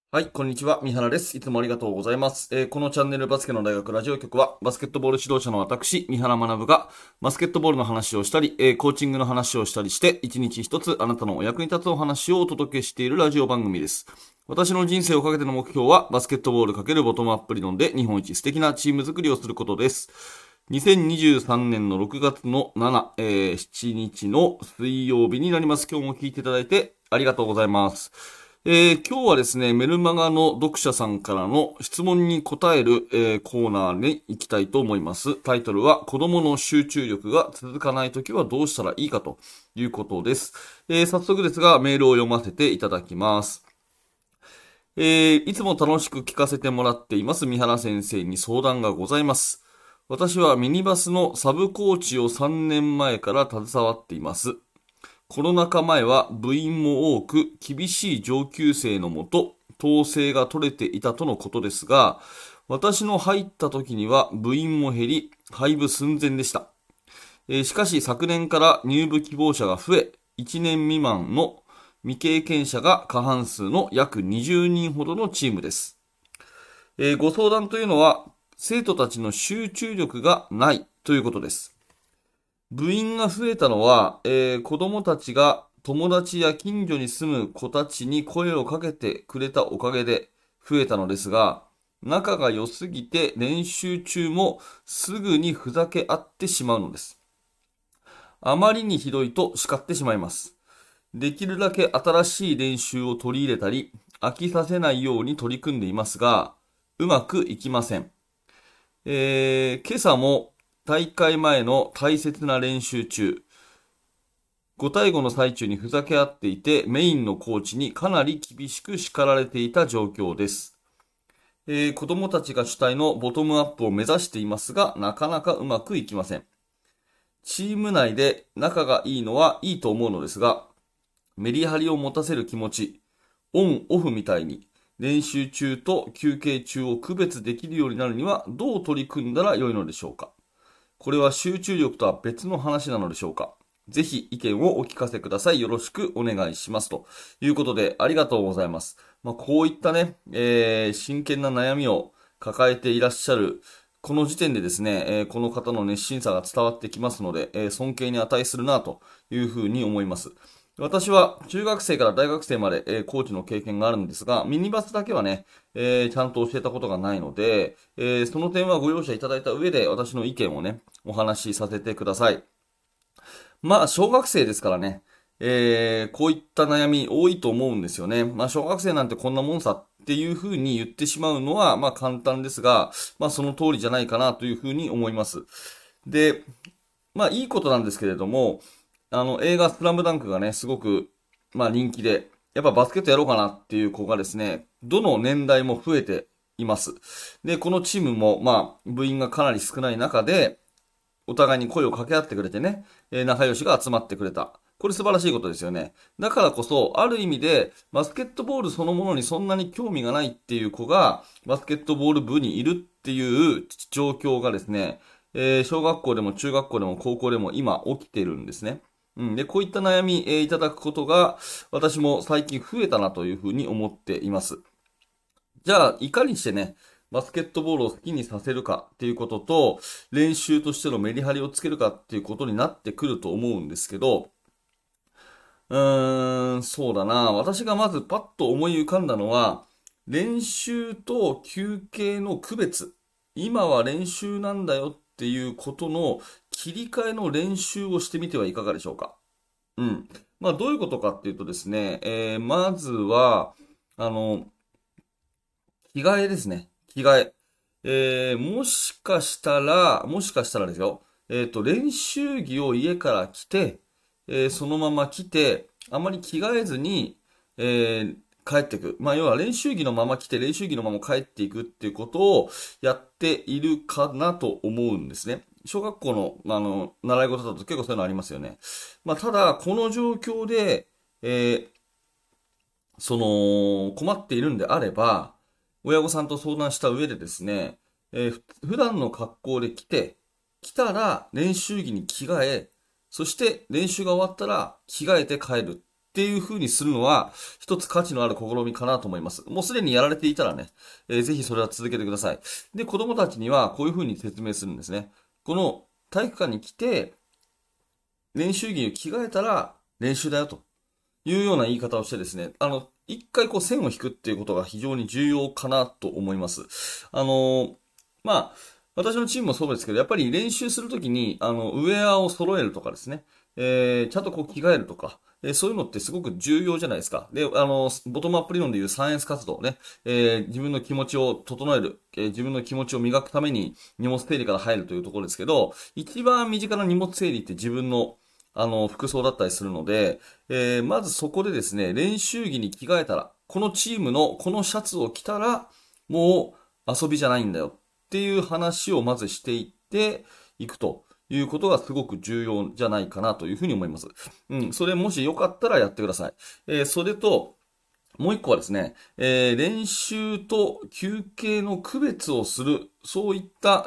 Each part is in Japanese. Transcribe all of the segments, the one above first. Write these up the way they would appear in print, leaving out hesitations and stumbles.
はい、こんにちは。三原です。いつもありがとうございます。このチャンネルバスケの大学ラジオ局は、バスケットボール指導者の私、三原学が、バスケットボールの話をしたり、コーチングの話をしたりして、一日一つあなたのお役に立つお話をお届けしているラジオ番組です。私の人生をかけての目標は、バスケットボール×ボトムアップ理論で日本一素敵なチーム作りをすることです。2023年の6月の7、7日の水曜日になります。今日も聞いていただいてありがとうございます。今日はですね、メルマガの読者さんからの質問に答える、コーナーに行きたいと思います。タイトルは、子供の集中力が続かないときはどうしたらいいかということです。早速ですが、メールを読ませていただきます。いつも楽しく聞かせてもらっています三原先生に相談がございます。私はミニバスのサブコーチを3年前から携わっています。コロナ禍前は部員も多く厳しい上級生のもと統制が取れていたとのことですが、私の入った時には部員も減り廃部寸前でした。しかし昨年から入部希望者が増え、1年未満の未経験者が過半数の約20人ほどのチームです。ご相談というのは生徒たちの集中力がないということです。部員が増えたのは、子供たちが友達や近所に住む子たちに声をかけてくれたおかげで増えたのですが、仲が良すぎて練習中もすぐにふざけ合ってしまうのです。あまりにひどいと叱ってしまいます。できるだけ新しい練習を取り入れたり、飽きさせないように取り組んでいますが、うまくいきません。今朝も大会前の大切な練習中、5対5の最中にふざけ合っていて、メインのコーチにかなり厳しく叱られていた状況です。子供たちが主体のボトムアップを目指していますが、なかなかうまくいきません。チーム内で仲がいいのはいいと思うのですが、メリハリを持たせる気持ち、オンオフみたいに、練習中と休憩中を区別できるようになるにはどう取り組んだらよいのでしょうか。これは集中力とは別の話なのでしょうか。ぜひ意見をお聞かせください。よろしくお願いします。ということで、ありがとうございます。こういったね、真剣な悩みを抱えていらっしゃる、この時点でですね、この方の熱心さが伝わってきますので、尊敬に値するなというふうに思います。私は中学生から大学生まで、コーチの経験があるんですが、ミニバスだけはね、ちゃんと教えたことがないので、その点はご容赦いただいた上で私の意見をね、お話しさせてください。小学生ですからね、こういった悩み多いと思うんですよね。小学生なんてこんなもんさっていうふうに言ってしまうのは、簡単ですが、その通りじゃないかなというふうに思います。で、いいことなんですけれども、映画スラムダンクがね、すごく、人気で、やっぱバスケットやろうかなっていう子がですね、どの年代も増えています。で、このチームも、部員がかなり少ない中で、お互いに声を掛け合ってくれてね、仲良しが集まってくれた。これ素晴らしいことですよね。だからこそ、ある意味で、バスケットボールそのものにそんなに興味がないっていう子が、バスケットボール部にいるっていう状況がですね、小学校でも中学校でも高校でも今起きてるんですね。で、こういった悩み、いただくことが、私も最近増えたなというふうに思っています。じゃあ、いかにしてね、バスケットボールを好きにさせるかっていうことと、練習としてのメリハリをつけるかっていうことになってくると思うんですけど、そうだな。私がまずパッと思い浮かんだのは、練習と休憩の区別。今は練習なんだよっていうことの切り替えの練習をしてみてはいかがでしょうか。うん。どういうことかっていうとですね、まずは、あの、着替えですね。着替え。もしかしたらですよ。練習着を家から着て、そのまま着て、あまり着替えずに、帰っていく。要は練習着のまま着て、練習着のまま帰っていくっていうことをやっているかなと思うんですね。小学校の、習い事だと結構そういうのありますよね。ただ、この状況で、えー困っているんであれば、親御さんと相談した上でですね、普段の格好で来たら練習着に着替え、そして練習が終わったら着替えて帰るっっていう風にするのは、一つ価値のある試みかなと思います。もうすでにやられていたらね、ぜひそれは続けてください。で、子供たちにはこういう風に説明するんですね。この体育館に来て、練習着を着替えたら練習だよというような言い方をしてですね、一回こう線を引くっていうことが非常に重要かなと思います。まあ、私のチームもそうですけど、やっぱり練習するときに、ウェアを揃えるとかですね、ちゃんとこう着替えるとか、そういうのってすごく重要じゃないですか。で、ボトムアップ理論でいうサイエンス活動ね、自分の気持ちを整える、自分の気持ちを磨くために荷物整理から入るというところですけど、一番身近な荷物整理って自分の服装だったりするので、まずそこでですね、練習着に着替えたら、このチームのこのシャツを着たら、もう遊びじゃないんだよっていう話をまずしていっていくということがすごく重要じゃないかなというふうに思います。それもしよかったらやってください。それと、もう一個はですね、練習と休憩の区別をする、そういった、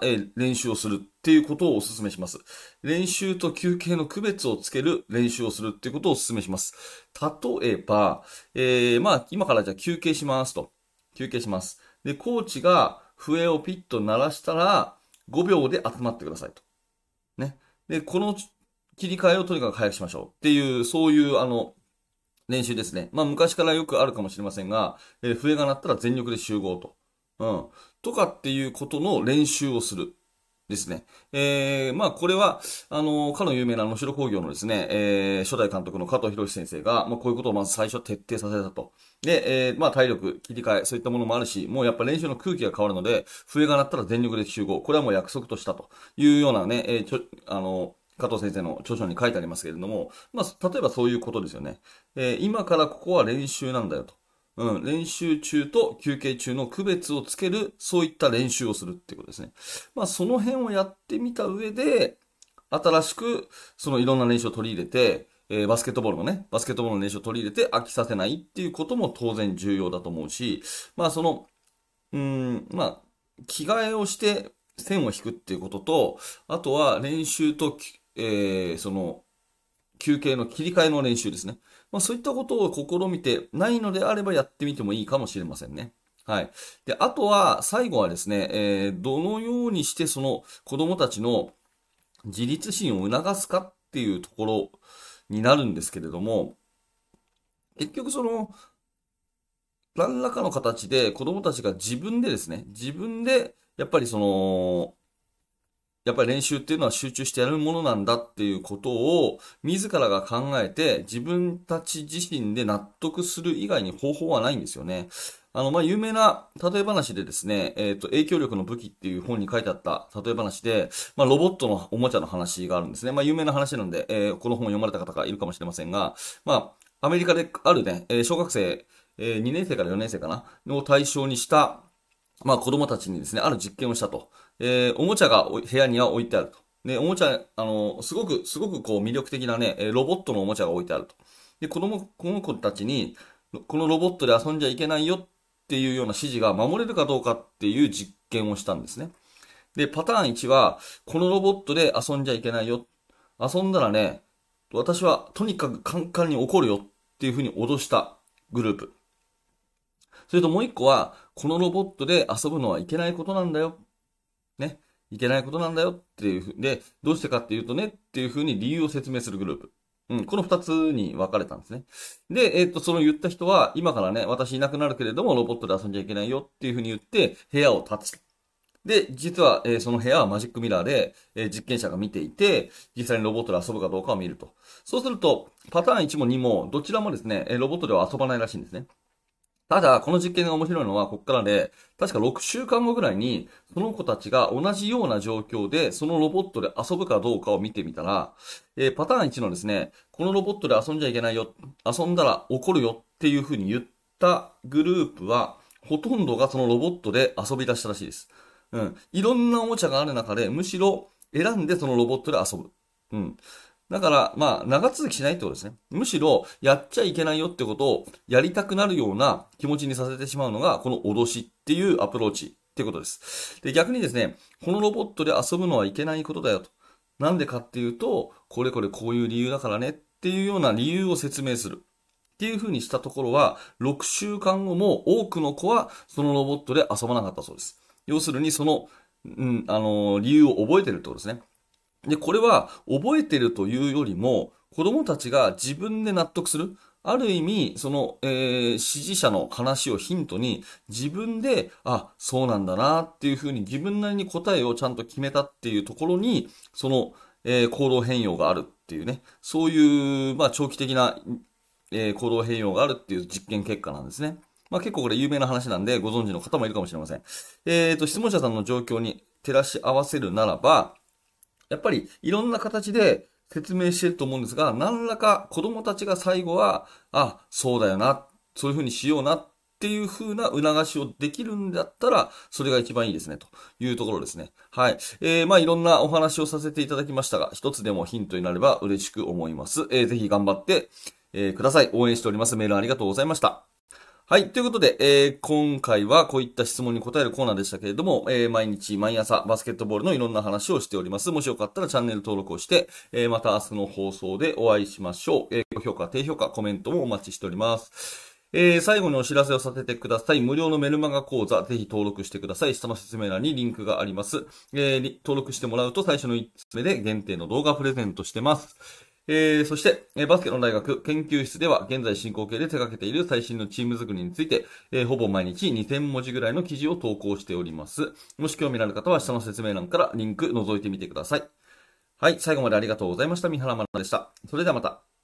練習をするっていうことをお勧めします。練習と休憩の区別をつける練習をするっていうことをお勧めします。例えば、まあ、今からじゃあ休憩しますと。休憩します。で、コーチが笛をピッと鳴らしたら、5秒で集まってくださいと。ね。で、この切り替えをとにかく早くしましょうっていう、そういう練習ですね。まあ昔からよくあるかもしれませんが、笛が鳴ったら全力で集合と。うん。とかっていうことの練習をする。ですね。まあこれは、かの有名な能代工業のですね、初代監督の加藤博先生が、まあこういうことをまず最初徹底させたと。で、まあ体力、切り替え、そういったものもあるし、もうやっぱ練習の空気が変わるので、笛が鳴ったら全力で集合。これはもう約束としたというようなね、加藤先生の著書に書いてありますけれども、まあ、例えばそういうことですよね。今からここは練習なんだよと。練習中と休憩中の区別をつける、そういった練習をするっていうことですね。まあ、その辺をやってみた上で、新しく、そのいろんな練習を取り入れて、バスケットボールのね、バスケットボールの練習を取り入れて飽きさせないっていうことも当然重要だと思うし、まあ、まあ、着替えをして線を引くっていうことと、あとは練習と、その、休憩の切り替えの練習ですね。まあそういったことを試みてないのであればやってみてもいいかもしれませんね。はい。で、あとは、最後はですね、どのようにしてその子供たちの自立心を促すかっていうところになるんですけれども、結局その、何らかの形で子供たちが自分でですね、自分で、やっぱりその、やっぱり練習っていうのは集中してやるものなんだっていうことを自らが考えて自分たち自身で納得する以外に方法はないんですよね。まあ、有名な例え話でですね、影響力の武器っていう本に書いてあった例え話で、まあ、ロボットのおもちゃの話があるんですね。まあ、有名な話なんで、この本を読まれた方がいるかもしれませんが、まあ、アメリカであるね、小学生、2年生から4年生かなを対象にした、まあ子供たちにですね、ある実験をしたと。おもちゃが部屋には置いてあると。で、おもちゃ、すごくこう魅力的なね、ロボットのおもちゃが置いてあると。で、この子たちに、このロボットで遊んじゃいけないよっていうような指示が守れるかどうかっていう実験をしたんですね。で、パターン1は、このロボットで遊んじゃいけないよ。遊んだらね、私はとにかくカンカンに怒るよっていうふうに脅したグループ。それともう一個は、このロボットで遊ぶのはいけないことなんだよ。ね。いけないことなんだよっていうふうで、どうしてかっていうとねっていうふうに理由を説明するグループ。この二つに分かれたんですね。で、その言った人は、今からね、私いなくなるけれども、ロボットで遊んじゃいけないよっていうふうに言って、部屋を立つ。で、実は、その部屋はマジックミラーで、実験者が見ていて、実際にロボットで遊ぶかどうかを見ると。そうすると、パターン1も2も、どちらもですね、ロボットでは遊ばないらしいんですね。ただ、この実験が面白いのは、ここからで、確か6週間後ぐらいに、その子たちが同じような状況で、そのロボットで遊ぶかどうかを見てみたら、パターン1のですね、このロボットで遊んじゃいけないよ、遊んだら怒るよっていう風に言ったグループは、ほとんどがそのロボットで遊び出したらしいです。いろんなおもちゃがある中で、むしろ選んでそのロボットで遊ぶ。だから、まあ、長続きしないってことですね。むしろ、やっちゃいけないよってことを、やりたくなるような気持ちにさせてしまうのが、この脅しっていうアプローチってことです。で、逆にですね、このロボットで遊ぶのはいけないことだよと。なんでかっていうと、これこれこういう理由だからねっていうような理由を説明する。 っていう風にしたところは、6週間後も多くの子はそのロボットで遊ばなかったそうです。要するにその、理由を覚えてるってことですね。で、これは覚えてるというよりも、子供たちが自分で納得する。ある意味、その、指示者の話をヒントに、自分で、あ、そうなんだなっていうふうに自分なりに答えをちゃんと決めたっていうところに、その、行動変容があるっていうね、そういう、まあ、長期的な、行動変容があるっていう実験結果なんですね。まあ、結構これ有名な話なんでご存知の方もいるかもしれません。質問者さんの状況に照らし合わせるならば、やっぱりいろんな形で説明してると思うんですが、何らか子供たちが最後は、あ、そうだよな、そういうふうにしようなっていうふうな促しをできるんだったら、それが一番いいですね、というところですね。はい。まあいろんなお話をさせていただきましたが、一つでもヒントになれば嬉しく思います。ぜひ頑張って、ください。応援しております。メールありがとうございました。はい。ということで、今回はこういった質問に答えるコーナーでしたけれども、毎日毎朝バスケットボールのいろんな話をしております。もしよかったらチャンネル登録をして、また明日の放送でお会いしましょう。高評価、低評価、コメントもお待ちしております。最後にお知らせをさせてください。無料のメルマガ講座、ぜひ登録してください。下の説明欄にリンクがあります。登録してもらうと最初の1つ目で限定の動画プレゼントしてます。そして、バスケの大学研究室では現在進行形で手掛けている最新のチーム作りについて、ほぼ毎日2000文字ぐらいの記事を投稿しております。もし興味のある方は下の説明欄からリンク覗いてみてください。はい、最後までありがとうございました。三原愛でした。それではまた。